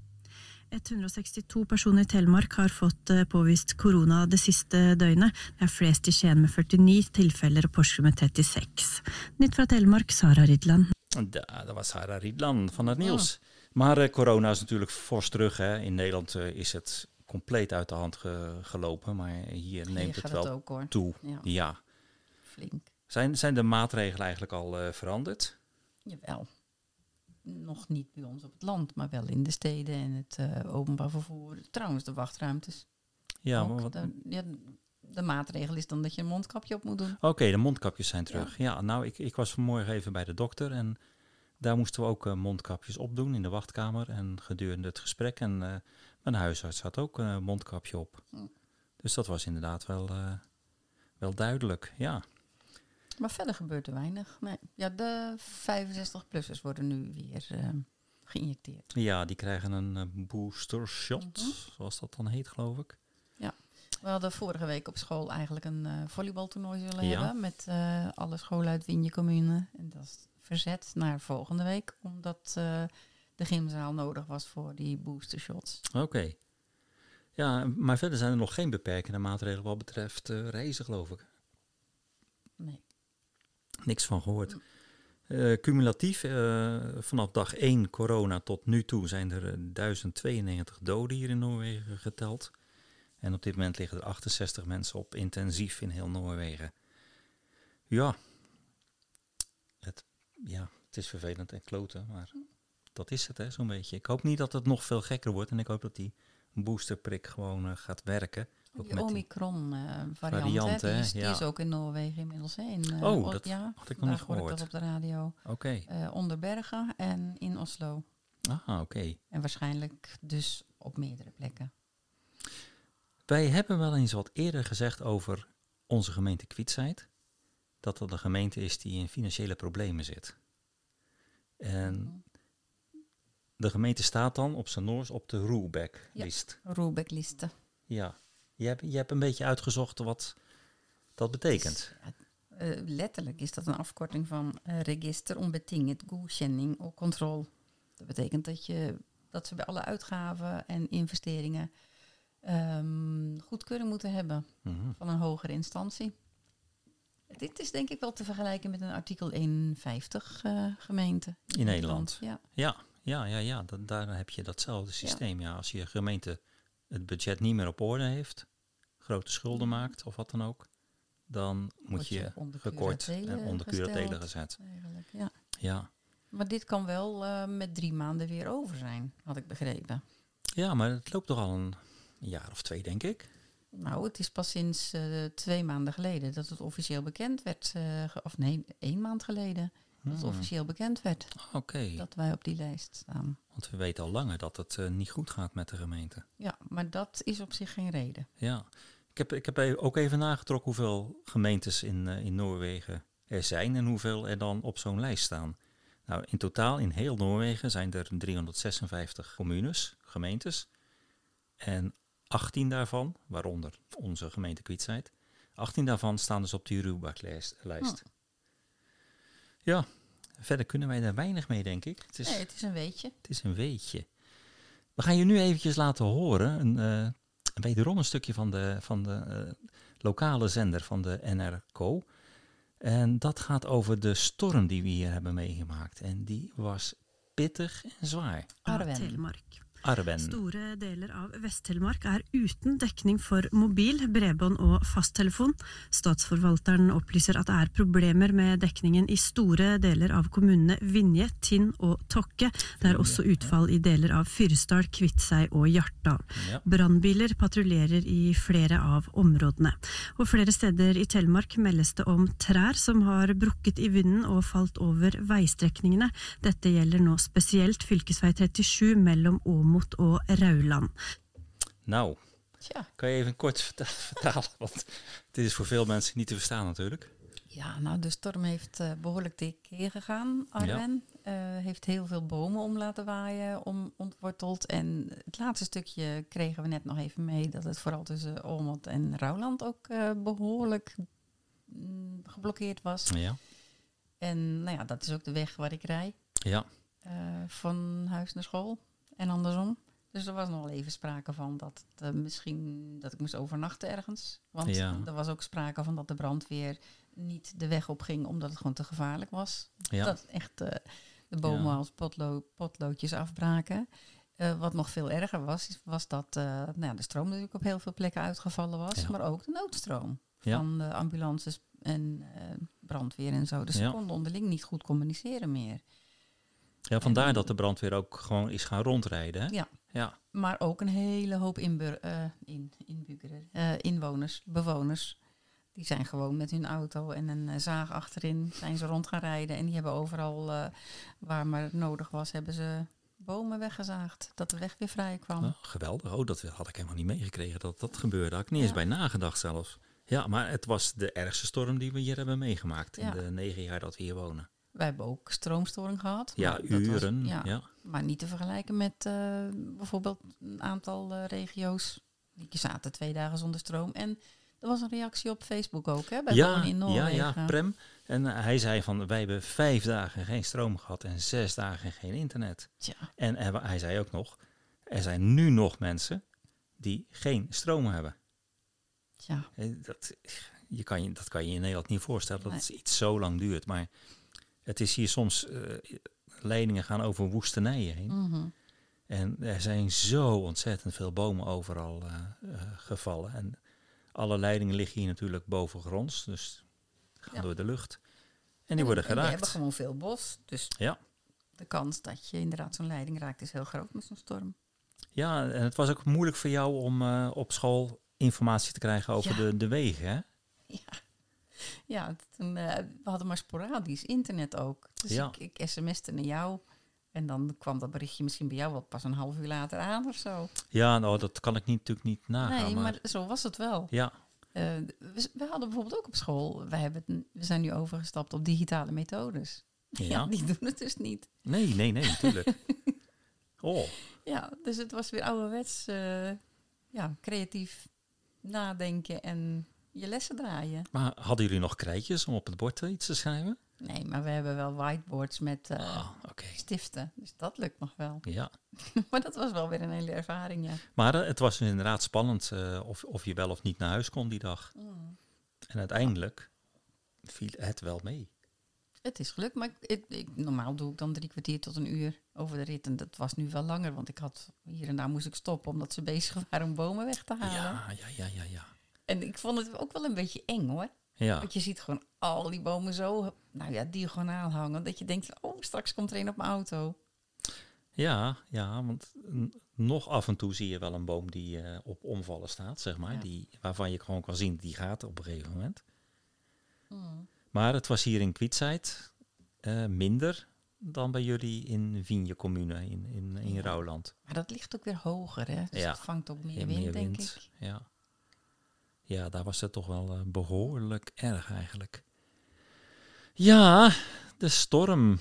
162 personer i Telemark har fått påvist corona det siste døgnet. Det er flest i Skien med 49 tilfeller og Porsgrunn met 36. Nytt fra Telemark, Sara Rydland. Dat was Sara Rydland van het nieuws. Maar corona is natuurlijk fors terug. Hè. In Nederland is het compleet uit de hand gelopen. Maar hier neemt het wel ook, toe. Ja. Flink. Zijn de maatregelen eigenlijk al veranderd? Jawel. Nog niet bij ons op het land, maar wel in de steden en het openbaar vervoer. Trouwens, de wachtruimtes. Ja, maar wat... De maatregel is dan dat je een mondkapje op moet doen. Oké, de mondkapjes zijn terug. Ja, nou, ik was vanmorgen even bij de dokter en daar moesten we ook mondkapjes opdoen in de wachtkamer. En gedurende het gesprek. En mijn huisarts had ook een mondkapje op. Dus dat was inderdaad wel duidelijk, ja. Maar verder gebeurt er weinig. Nee. Ja, de 65-plussers worden nu weer geïnjecteerd. Ja, die krijgen een booster shot, zoals dat dan heet, geloof ik. Ja, we hadden vorige week op school eigenlijk een volleybaltoernooi zullen hebben. Met alle scholen uit Winje Commune. En dat is verzet naar volgende week, omdat de gymzaal nodig was voor die booster shots. Oké. Ja, maar verder zijn er nog geen beperkende maatregelen wat betreft reizen, geloof ik. Nee. Niks van gehoord. Cumulatief, vanaf dag 1 corona tot nu toe zijn er 1092 doden hier in Noorwegen geteld. En op dit moment liggen er 68 mensen op intensief in heel Noorwegen. Ja, het is vervelend en kloten, maar dat is het, hè, zo'n beetje. Ik hoop niet dat het nog veel gekker wordt en ik hoop dat die boosterprik gewoon gaat werken. Ook die Omicron-variant, die is ook in Noorwegen inmiddels. Hè? Dat had ik nog niet gehoord. Ik dat op de radio. Oké. Onder Bergen en in Oslo. Ah, oké. En waarschijnlijk dus op meerdere plekken. Wij hebben wel eens wat eerder gezegd over onze gemeente Kvitsheid. Dat de gemeente is die in financiële problemen zit. En de gemeente staat dan op zijn Noors op de Ruhrback-list. Ja, Ruhrback-listen. Ja, je hebt een beetje uitgezocht wat dat betekent. Letterlijk is dat een afkorting van Register onbetinget godkjenning og controle. Dat betekent dat ze bij alle uitgaven en investeringen goedkeuring moeten hebben van een hogere instantie. Dit is denk ik wel te vergelijken met een artikel 51 gemeente. In Nederland. Ja. Ja. Daar heb je datzelfde systeem. Ja, als je gemeente het budget niet meer op orde heeft, grote schulden maakt of wat dan ook, dan moet je gekort en onder curatele gezet. Eigenlijk, ja. Maar dit kan wel met 3 maanden weer over zijn, had ik begrepen. Ja, maar het loopt toch al een jaar of 2, denk ik. Nou, het is pas sinds 2 maanden geleden dat het officieel bekend werd. 1 maand geleden dat het officieel bekend werd. Oké. Dat wij op die lijst staan. Want we weten al langer dat het niet goed gaat met de gemeente. Ja, maar dat is op zich geen reden. Ja, ik heb ook even nagetrokken hoeveel gemeentes in Noorwegen er zijn en hoeveel er dan op zo'n lijst staan. Nou, in totaal in heel Noorwegen zijn er 356 gemeentes. En 18 daarvan, waaronder onze gemeente Kviteseid, 18 daarvan staan dus op die Ruhrback-lijst. Ja, verder kunnen wij daar weinig mee, denk ik. Nee, het is een weetje. Het is een weetje. We gaan je nu eventjes laten horen, wederom een stukje van de lokale zender van de NRK. En dat gaat over de storm die we hier hebben meegemaakt. En die was pittig en zwaar. Arven. Store deler av Vest-Telemark uten dekning for mobil, bredbånd og fasttelefon. Statsforvalteren opplyser at det problemer med dekningen i store deler av kommunene Vinje, Tinn og Tokke. Det også utfall i deler av Fyresdal, Kviteseid og Hjartdal. Ja. Brannbiler patruljerer i flere av områdene. Og flere steder i Telemark meldes det om trær som har brukket i vinden og falt over veistrekningene. Dette gjelder nå spesielt fylkesvei 37 mellom Åmot og Rauland. Nou, kan je even kort vertalen? Want dit is voor veel mensen niet te verstaan natuurlijk. Ja, nou de storm heeft behoorlijk tekeer gegaan. Arwen heeft heel veel bomen om laten waaien, ontworteld. En het laatste stukje kregen we net nog even mee dat het vooral tussen Åmot en Rauland ook behoorlijk geblokkeerd was. Ja. En nou ja, dat is ook de weg waar ik rij. Ja. Van huis naar school. En andersom. Dus er was nog wel even sprake van dat misschien dat ik moest overnachten ergens. Want er was ook sprake van dat de brandweer niet de weg op ging omdat het gewoon te gevaarlijk was. Ja. Dat echt de bomen als potloodjes afbraken. Wat nog veel erger was dat de stroom natuurlijk op heel veel plekken uitgevallen was. Ja. Maar ook de noodstroom van de ambulances en brandweer en zo. Dus ze konden onderling niet goed communiceren meer. Ja, vandaar dat de brandweer ook gewoon is gaan rondrijden. Hè? Ja, maar ook een hele hoop bewoners. Die zijn gewoon met hun auto en een zaag achterin zijn ze rond gaan rijden. En die hebben overal, waar maar nodig was, hebben ze bomen weggezaagd. Dat de weg weer vrij kwam. Oh, geweldig. Dat had ik helemaal niet meegekregen dat gebeurde. Had ik niet eens bij nagedacht zelfs. Ja, maar het was de ergste storm die we hier hebben meegemaakt in de 9 jaar dat we hier wonen. Wij hebben ook stroomstoring gehad. Ja, uren. Maar niet te vergelijken met bijvoorbeeld een aantal regio's. Die zaten 2 dagen zonder stroom. En er was een reactie op Facebook ook, hè? Bij Wonen in Noorwegen. Ja, Prem. En hij zei van, wij hebben 5 dagen geen stroom gehad en 6 dagen geen internet. Ja. En hij zei ook nog, er zijn nu nog mensen die geen stroom hebben. Ja. Dat kan je in Nederland niet voorstellen, dat het iets zo lang duurt. Maar het is hier soms, leidingen gaan over woestenijen heen. Mm-hmm. En er zijn zo ontzettend veel bomen overal gevallen. En alle leidingen liggen hier natuurlijk bovengronds, dus gaan door de lucht. En die worden geraakt. En die hebben gewoon veel bos, dus de kans dat je inderdaad zo'n leiding raakt is heel groot met zo'n storm. Ja, en het was ook moeilijk voor jou om op school informatie te krijgen over de wegen, hè? Ja, we hadden maar sporadisch internet ook. Dus ik sms'te naar jou. En dan kwam dat berichtje misschien bij jou wel pas een half uur later aan of zo. Ja, nou, dat kan ik natuurlijk niet nagaan. Nee, maar zo was het wel. Ja. We hadden bijvoorbeeld ook op school... We zijn nu overgestapt op digitale methodes. Ja, die doen het dus niet. Nee, natuurlijk. Oh. Ja, dus het was weer ouderwets creatief nadenken en je lessen draaien. Maar hadden jullie nog krijtjes om op het bord iets te schrijven? Nee, maar we hebben wel whiteboards met stiften. Dus dat lukt nog wel. Ja. Maar dat was wel weer een hele ervaring, ja. Maar het was inderdaad spannend of je wel of niet naar huis kon die dag. En uiteindelijk viel het wel mee. Het is gelukt, maar normaal doe ik dan 3 kwartier tot een uur over de rit. En dat was nu wel langer, want hier en daar moest ik stoppen omdat ze bezig waren om bomen weg te halen. Ja. En ik vond het ook wel een beetje eng, hoor. Ja. Want je ziet gewoon al die bomen zo, diagonaal hangen. Dat je denkt, straks komt er een op mijn auto. Ja, want nog af en toe zie je wel een boom die op omvallen staat, zeg maar. Ja. Waarvan je gewoon kan zien, die gaat op een gegeven moment. Maar het was hier in Kwietzijd minder dan bij jullie in Vienje Commune in Rouwland. Maar dat ligt ook weer hoger, hè? Dus het vangt ook meer wind, denk ik. Ja, daar was het toch wel behoorlijk erg eigenlijk. Ja, de storm.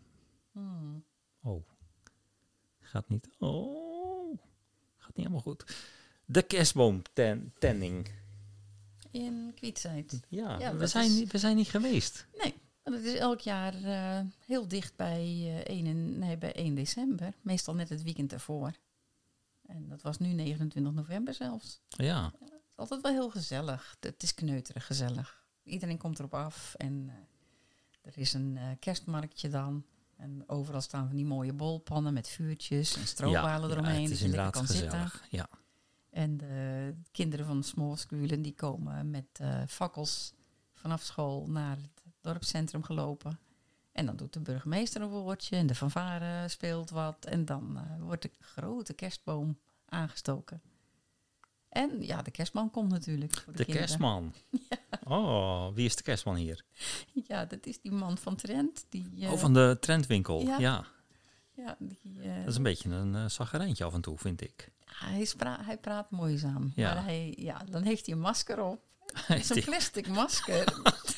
Oh, gaat niet helemaal goed. De kerstboomtenning. In Kwietzijd. Ja, we zijn niet geweest. Nee, want het is elk jaar heel dicht bij 1 december. Meestal net het weekend ervoor. En dat was nu 29 november zelfs. Ja. Het is altijd wel heel gezellig. Het is kneuterig gezellig. Iedereen komt erop af. En er is een kerstmarktje dan. En overal staan van die mooie bolpannen met vuurtjes en stroopwalen eromheen. Het is inderdaad gezellig. Zitten. Ja. En de kinderen van Småskulen die komen met fakkels vanaf school naar het dorpscentrum gelopen. En dan doet de burgemeester een woordje en de fanfare speelt wat. En dan wordt de grote kerstboom aangestoken. En ja, de kerstman komt natuurlijk voor de kinderen. Kerstman? Ja. Oh, wie is de kerstman hier? Ja, dat is die man van Trent. Van de Trentwinkel, ja. Ja, dat is een beetje een zaggerijntje af en toe, vind ik. Hij praat moeizaam. Ja. Maar dan heeft hij een masker op. Zo'n plastic masker.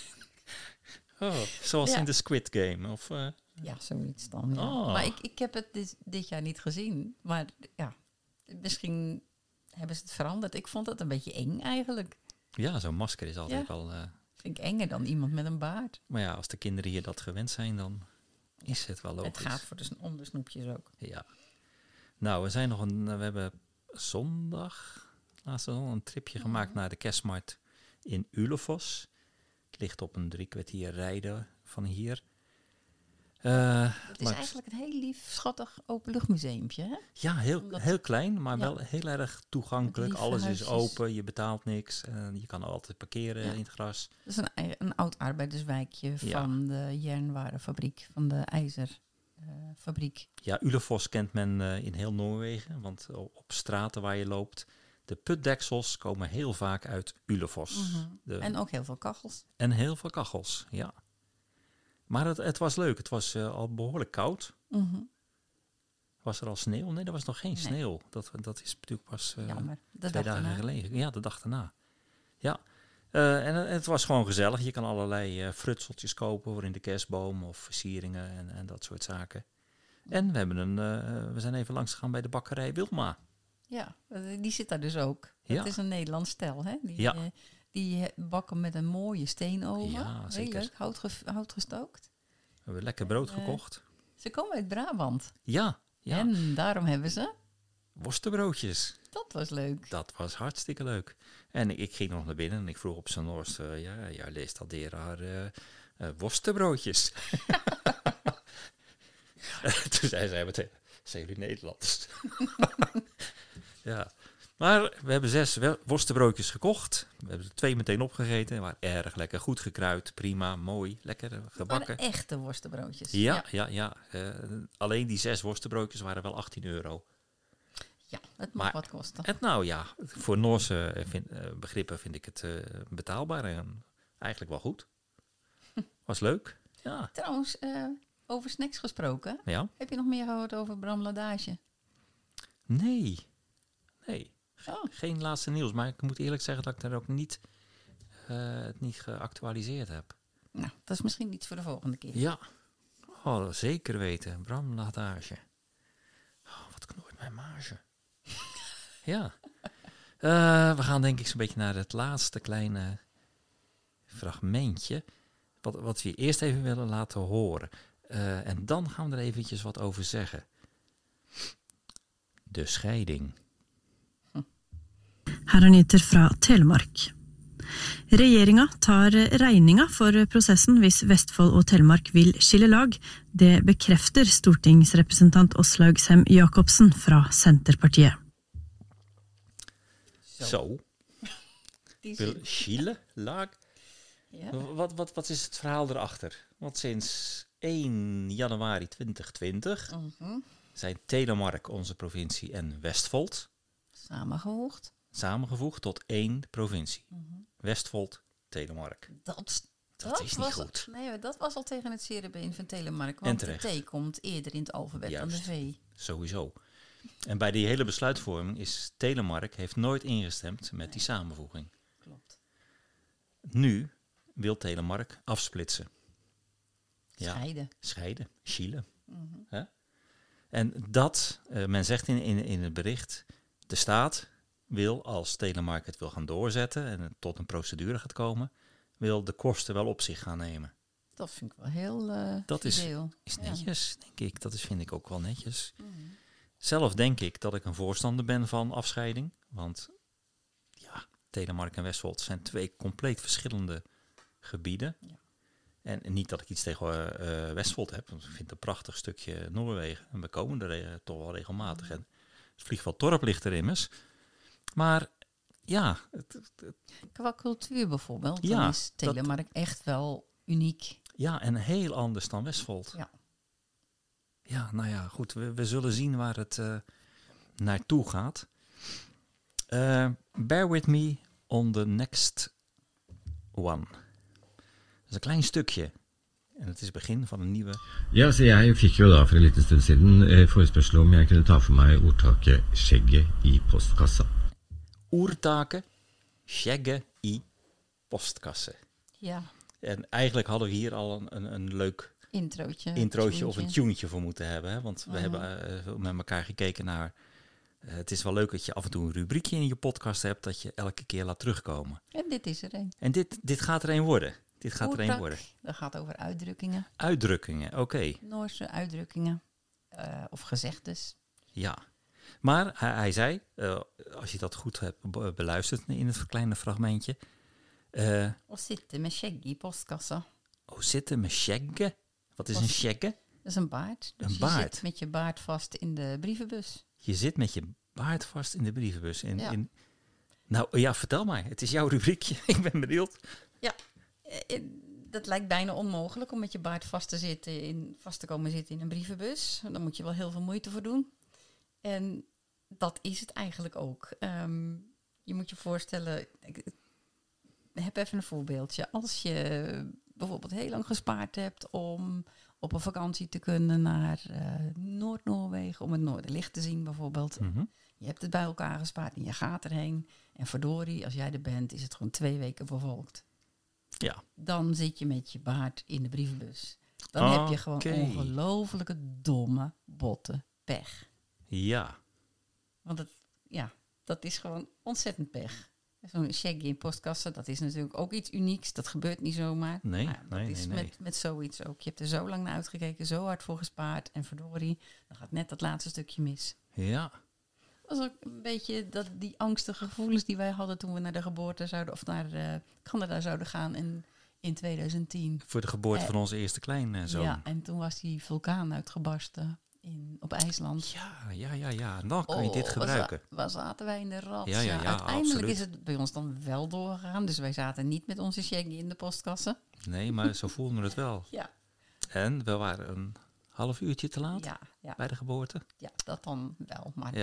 Zoals in de Squid Game? Of, Ja, zoiets dan. Ja. Oh. Maar ik heb het dit jaar niet gezien. Maar ja, misschien hebben ze het veranderd. Ik vond het een beetje eng eigenlijk. Ja, zo'n masker is altijd wel... Vind ik enger dan iemand met een baard. Maar ja, als de kinderen hier dat gewend zijn, dan is het wel logisch. Het gaat om de snoepjes ook. Ja. Nou, we hebben zondag laatst al een tripje gemaakt naar de kerstmarkt in Ulefos. Het ligt op een 3 kwartier rijden van hier. Het is eigenlijk een heel lief, schattig openluchtmuseumpje, hè? Ja, heel klein, maar wel heel erg toegankelijk. Alles huisjes. is open, je betaalt niks. Je kan altijd parkeren in het gras. Het is een oud arbeiderswijkje van de Jernwarenfabriek, van de ijzerfabriek. Ja, Ulefos kent men in heel Noorwegen, want op straten waar je loopt, de putdeksels komen heel vaak uit Ulefos. En ook heel veel kachels. En heel veel kachels, ja. Maar het was leuk. Het was al behoorlijk koud. Was er al sneeuw? Nee, er was nog geen sneeuw. Dat is natuurlijk pas 2 dagen geleden. Ja, de dag daarna. Ja. En het was gewoon gezellig. Je kan allerlei frutseltjes kopen voor in de kerstboom of versieringen en dat soort zaken. En we zijn even langs gegaan bij de bakkerij Wilma. Ja, die zit daar dus ook. Ja. Het is een Nederlands stel, hè? Die bakken met een mooie steenoven. Ja, zeker. Heel leuk, hout gestookt. We hebben lekker brood gekocht. Ze komen uit Brabant. Ja. En daarom hebben ze... worstenbroodjes. Dat was leuk. Dat was hartstikke leuk. En ik ging nog naar binnen en ik vroeg op zijn Noors... jij leest al haar worstenbroodjes. Toen zei zij meteen... zijn jullie Nederlands? Ja. Maar we hebben 6 worstenbroodjes gekocht. We hebben er 2 meteen opgegeten. Waren erg lekker, goed gekruid, prima, mooi, lekker gebakken. Het waren echte worstenbroodjes. Ja. Alleen die 6 worstenbroodjes waren wel €18. Ja, het mag wat kosten. Voor Noorse begrippen vind ik het betaalbaar en eigenlijk wel goed. Was leuk. Ja. Trouwens, over snacks gesproken. Ja. Heb je nog meer gehoord over Bram Ladage? Nee. Geen laatste nieuws. Maar ik moet eerlijk zeggen dat ik daar ook niet geactualiseerd heb. Nou, dat is misschien iets voor de volgende keer. Ja. Zeker weten. Bram Ladage. Mijn marge. Ja. We gaan denk ik zo'n beetje naar het laatste kleine fragmentje. Wat we eerst even willen laten horen. En dan gaan we er eventjes wat over zeggen. De scheiding. Her er nyheter fra Telemark. Regjeringa tar regninga for prosessen hvis Vestfold og Telemark vil skille lag. Det bekrefter stortingsrepresentant Åslaug Sem-Jacobsen fra Senterpartiet. Zo. Wil skille lag? Ja. Wat is het verhaal erachter? Want sinds 1 januari 2020 zijn Telemark, onze provincie, en Westfold samengevoegd tot 1 provincie. Westfold, Telemark. Dat is niet goed. Nee, dat was al tegen het zere been van Telemark. Want de T komt eerder in het alfabet dan de V. Sowieso. En bij die hele besluitvorming is Telemark heeft nooit ingestemd met die samenvoeging. Klopt. Nu wil Telemark afsplitsen. Scheiden. Chile. En dat, men zegt in het bericht, de staat wil, als Telemark het wil gaan doorzetten en tot een procedure gaat komen, wil de kosten wel op zich gaan nemen. Dat vind ik wel heel dat is netjes, denk ik. Dat vind ik ook wel netjes. Zelf denk ik dat ik een voorstander ben van afscheiding. Want ja, Telemark en Westfold zijn 2 compleet verschillende gebieden. Ja. En niet dat ik iets tegen Westfold heb. Want ik vind het een prachtig stukje Noorwegen. En we komen er toch wel regelmatig. En het vliegveld Torp ligt er immers. Maar ja. Qua cultuur bijvoorbeeld. Dan is Telemark echt wel uniek. Ja, en heel anders dan Westfold. Ja. Ja, nou ja, goed. We zullen zien waar het naartoe gaat. Bear with me on the next one. Dat is een klein stukje. En het is het begin van een nieuwe... Ja, så jeg fikk jo da for en liten stund siden forespørsel om jeg kunne ta for meg ordtaket skjegget i postkassa. Ordtaket skjegget i postkasse. Ja. En eigenlijk hadden we hier al een leuk... introotje of een tunetje voor moeten hebben. Hè? Want we hebben met elkaar gekeken naar... het is wel leuk dat je af en toe een rubriekje in je podcast hebt... dat je elke keer laat terugkomen. En dit is er een. En dit gaat er een worden. Dat gaat over uitdrukkingen. Uitdrukkingen, oké. Noorse uitdrukkingen. Of gezegdes. Ja. Maar hij zei, als je dat goed hebt beluisterd in het kleine fragmentje... Och zitten med skägg i postkassa. Zitten met skjeggen? Wat is een skjeggen? Dat is een baard. Dus een baard. Je zit met je baard vast in de brievenbus. Je zit met je baard vast in de brievenbus. Nou ja, vertel maar. Het is jouw rubriekje. Ik ben benieuwd. Ja, dat lijkt bijna onmogelijk om met je baard vast te komen zitten in een brievenbus. Daar moet je wel heel veel moeite voor doen. En dat is het eigenlijk ook. Je moet je voorstellen... Ik heb even een voorbeeldje. Als je bijvoorbeeld heel lang gespaard hebt om op een vakantie te kunnen naar Noord-Noorwegen, om het Noorderlicht te zien bijvoorbeeld. Je hebt het bij elkaar gespaard en je gaat erheen. En verdorie, als jij er bent, is het gewoon 2 weken bevolkt. Ja. Dan zit je met je baard in de brievenbus. Dan heb je gewoon ongelofelijke domme, botte pech. Ja. Want dat is gewoon ontzettend pech. Zo'n shaggy in postkassa, dat is natuurlijk ook iets unieks. Dat gebeurt niet zomaar. Nee, met zoiets ook. Je hebt er zo lang naar uitgekeken, zo hard voor gespaard. En verdorie, dan gaat net dat laatste stukje mis. Ja. Dat was ook een beetje die angstige gevoelens die wij hadden toen we naar de geboorte zouden, of naar Canada zouden gaan in 2010. Voor de geboorte van onze eerste kleinzoon. Ja, en toen was die vulkaan uitgebarsten op IJsland. Ja. En dan kan je dit gebruiken. Waar zaten wij in de rat? Ja, uiteindelijk absoluut. is het bij ons dan wel doorgegaan. Dus wij zaten niet met onze shaggy in de postkassen. Nee, maar zo voelden we het wel. Ja. En we waren een half uurtje te laat bij de geboorte. Ja, dat dan wel. Maar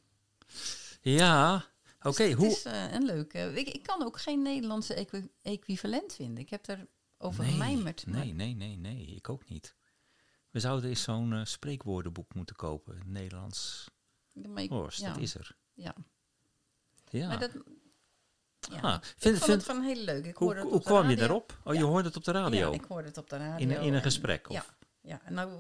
ja. Oké. Het is een leuke... Ik kan ook geen Nederlandse equivalent vinden. Ik heb erover gemijmerd. Nee, ik ook niet. We zouden eens zo'n spreekwoordenboek moeten kopen. Nederlands. Dat is er. Ja. Maar dat... Ja. Ik vond het van heel leuk. Hoe kwam je daarop? Je hoorde het op de radio? Ja, ik hoorde het op de radio. In een gesprek? Ja. En nou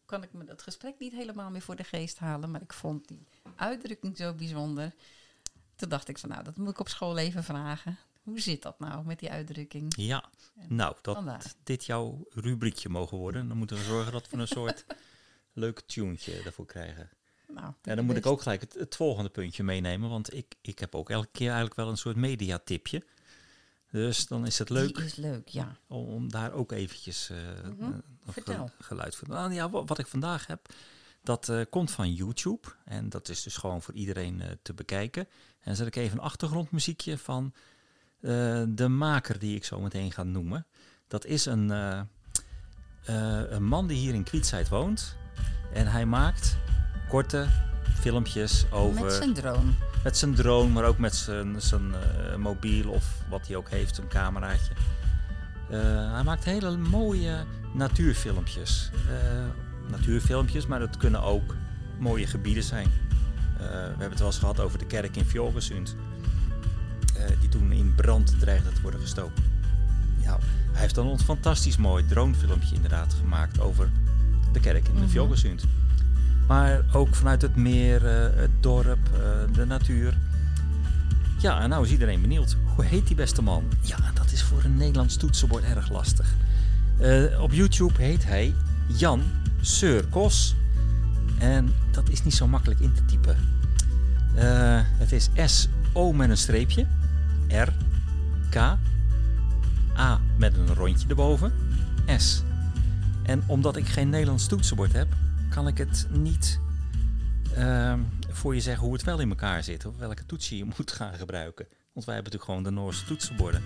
kan ik me dat gesprek niet helemaal meer voor de geest halen. Maar ik vond die uitdrukking zo bijzonder. Toen dacht ik van, nou, dat moet ik op school even vragen. Hoe zit dat nou met die uitdrukking? Ja, nou, dat dit jouw rubriekje mogen worden. Dan moeten we zorgen dat we een soort leuk tunetje ervoor krijgen. Nou, en dan moet ik ook gelijk het volgende puntje meenemen. Want ik heb ook elke keer eigenlijk wel een soort mediatipje. Dus dan is het leuk, die is leuk, ja. om daar ook eventjes geluid voor. Nou, ja, wat ik vandaag heb, dat komt van YouTube. En dat is dus gewoon voor iedereen te bekijken. En dan zet ik even een achtergrondmuziekje van de maker die ik zo meteen ga noemen. Dat is een man die hier in Kwietzijd woont. En hij maakt korte filmpjes over... Met zijn drone. Met zijn drone, maar ook met zijn mobiel of wat hij ook heeft, een cameraatje. Hij maakt hele mooie natuurfilmpjes. Natuurfilmpjes, maar dat kunnen ook mooie gebieden zijn. We hebben het wel eens gehad over de kerk in Fjolgesund. Die toen in brand dreigde te worden gestoken. Ja, hij heeft dan een fantastisch mooi dronefilmpje inderdaad gemaakt over de kerk in Fjolgesund. Maar ook vanuit het meer, het dorp, de natuur. Ja, en nou is iedereen benieuwd. Hoe heet die beste man? Ja, dat is voor een Nederlands toetsenbord erg lastig. Op YouTube heet hij Jan Seurkos. En dat is niet zo makkelijk in te typen. Het is S-O met een streepje. R-K. A met een rondje erboven. S. En omdat ik geen Nederlands toetsenbord heb, kan ik het niet voor je zeggen hoe het wel in elkaar zit. Of welke toetsen je moet gaan gebruiken. Want wij hebben natuurlijk gewoon de Noorse toetsenborden.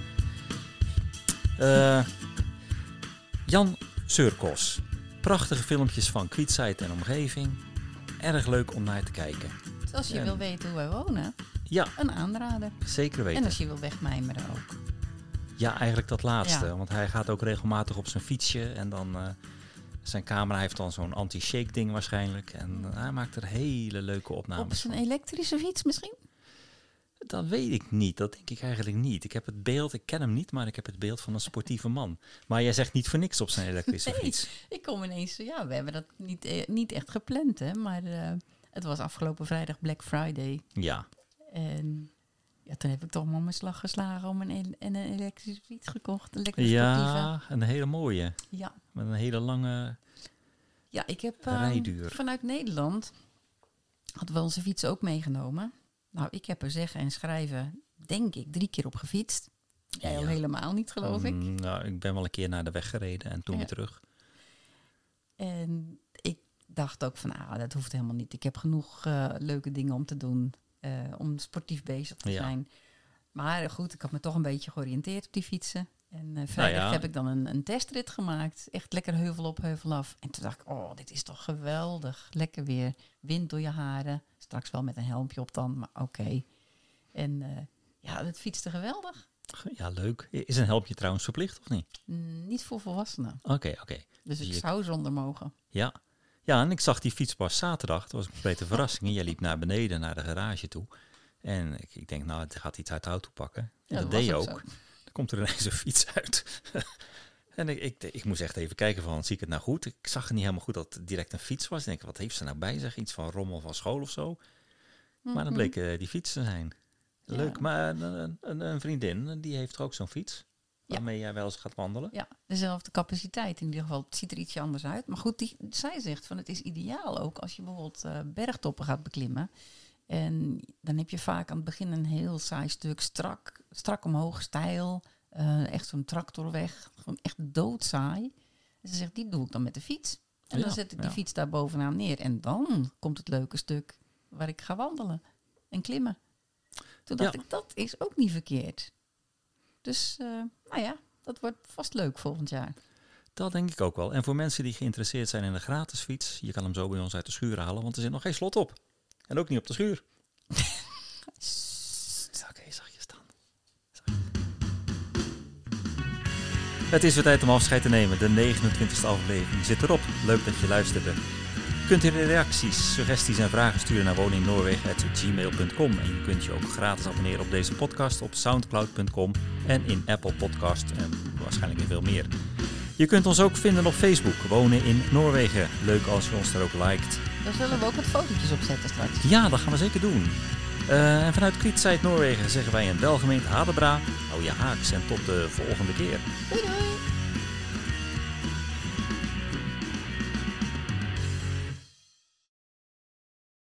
Jan Seurkos. Prachtige filmpjes van Kwietzijd en omgeving. Erg leuk om naar te kijken. Dus als je wil weten hoe wij wonen, een aanrader. Zeker weten. En als je wil wegmijmeren ook. Ja, eigenlijk dat laatste. Ja. Want hij gaat ook regelmatig op zijn fietsje en dan... zijn camera heeft dan zo'n anti-shake ding waarschijnlijk. En hij maakt er hele leuke opnames. Op zijn elektrische fiets misschien? Dat weet ik niet. Dat denk ik eigenlijk niet. Ik heb het beeld, ik ken hem niet, maar ik heb het beeld van een sportieve man. Maar jij zegt niet voor niks op zijn elektrische fiets. Ik kom ineens... Ja, we hebben dat niet echt gepland, hè. Maar het was afgelopen vrijdag Black Friday. Ja. En... Ja, toen heb ik toch maar mijn slag geslagen om een elektrische fiets gekocht. Een een hele mooie. Ja. Met een hele lange ik heb rijduur. Vanuit Nederland hadden we onze fietsen ook meegenomen. Nou, ik heb er zeggen en schrijven, denk ik, 3 keer op gefietst. Jij al helemaal niet, geloof ik. Nou, ik ben wel een keer naar de weg gereden en toen weer terug. En ik dacht ook van, dat hoeft helemaal niet. Ik heb genoeg leuke dingen om te doen. Om sportief bezig te zijn. Maar goed, ik had me toch een beetje georiënteerd op die fietsen. En vrijdag heb ik dan een testrit gemaakt. Echt lekker heuvel op, heuvel af. En toen dacht ik, dit is toch geweldig. Lekker weer, wind door je haren. Straks wel met een helmpje op dan, maar oké. En het fietste geweldig. Ja, leuk. Is een helmpje trouwens verplicht of niet? Niet voor volwassenen. Oké. Dus ik zou zonder mogen. Ja. Ja, en ik zag die fiets pas zaterdag. Dat was een complete verrassing. En jij liep naar beneden, naar de garage toe. En ik denk, het gaat iets uit de auto pakken. Ja, dat deed je ook. Dan komt er ineens een fiets uit. En ik moest echt even kijken van, zie ik het nou goed? Ik zag het niet helemaal goed dat het direct een fiets was. Ik denk, wat heeft ze nou bij zich? Iets van rommel van school of zo? Maar dan bleek die fiets te zijn. Leuk, maar een vriendin, die heeft toch ook zo'n fiets? Waarmee jij wel eens gaat wandelen? Ja, dezelfde capaciteit in ieder geval. Het ziet er ietsje anders uit. Maar goed, zij zegt van het is ideaal ook als je bijvoorbeeld bergtoppen gaat beklimmen. En dan heb je vaak aan het begin een heel saai stuk strak omhoog, steil. Echt zo'n tractorweg. Gewoon echt doodsaai. En ze zegt, die doe ik dan met de fiets. En dan zet ik die fiets daar bovenaan neer. En dan komt het leuke stuk waar ik ga wandelen en klimmen. Toen dacht ik, dat is ook niet verkeerd. Dus, dat wordt vast leuk volgend jaar. Dat denk ik ook wel. En voor mensen die geïnteresseerd zijn in een gratis fiets, je kan hem zo bij ons uit de schuur halen, want er zit nog geen slot op. En ook niet op de schuur. Oké, zachtjes dan. Het is weer tijd om afscheid te nemen. De 29e aflevering zit erop. Leuk dat je luisterde. Je kunt je reacties, suggesties en vragen sturen naar woningnoorwegen@gmail.com. En je kunt je ook gratis abonneren op deze podcast op soundcloud.com en in Apple Podcast en waarschijnlijk in veel meer. Je Je kunt ons ook vinden op Facebook, Wonen in Noorwegen. Leuk als je ons daar ook liked. Daar zullen we ook wat fotootjes op zetten straks. Ja, dat gaan we zeker doen. En vanuit Kwietsheid Noorwegen zeggen wij een welgemeend Hadebra. Hou je haaks en tot de volgende keer. Doei doei!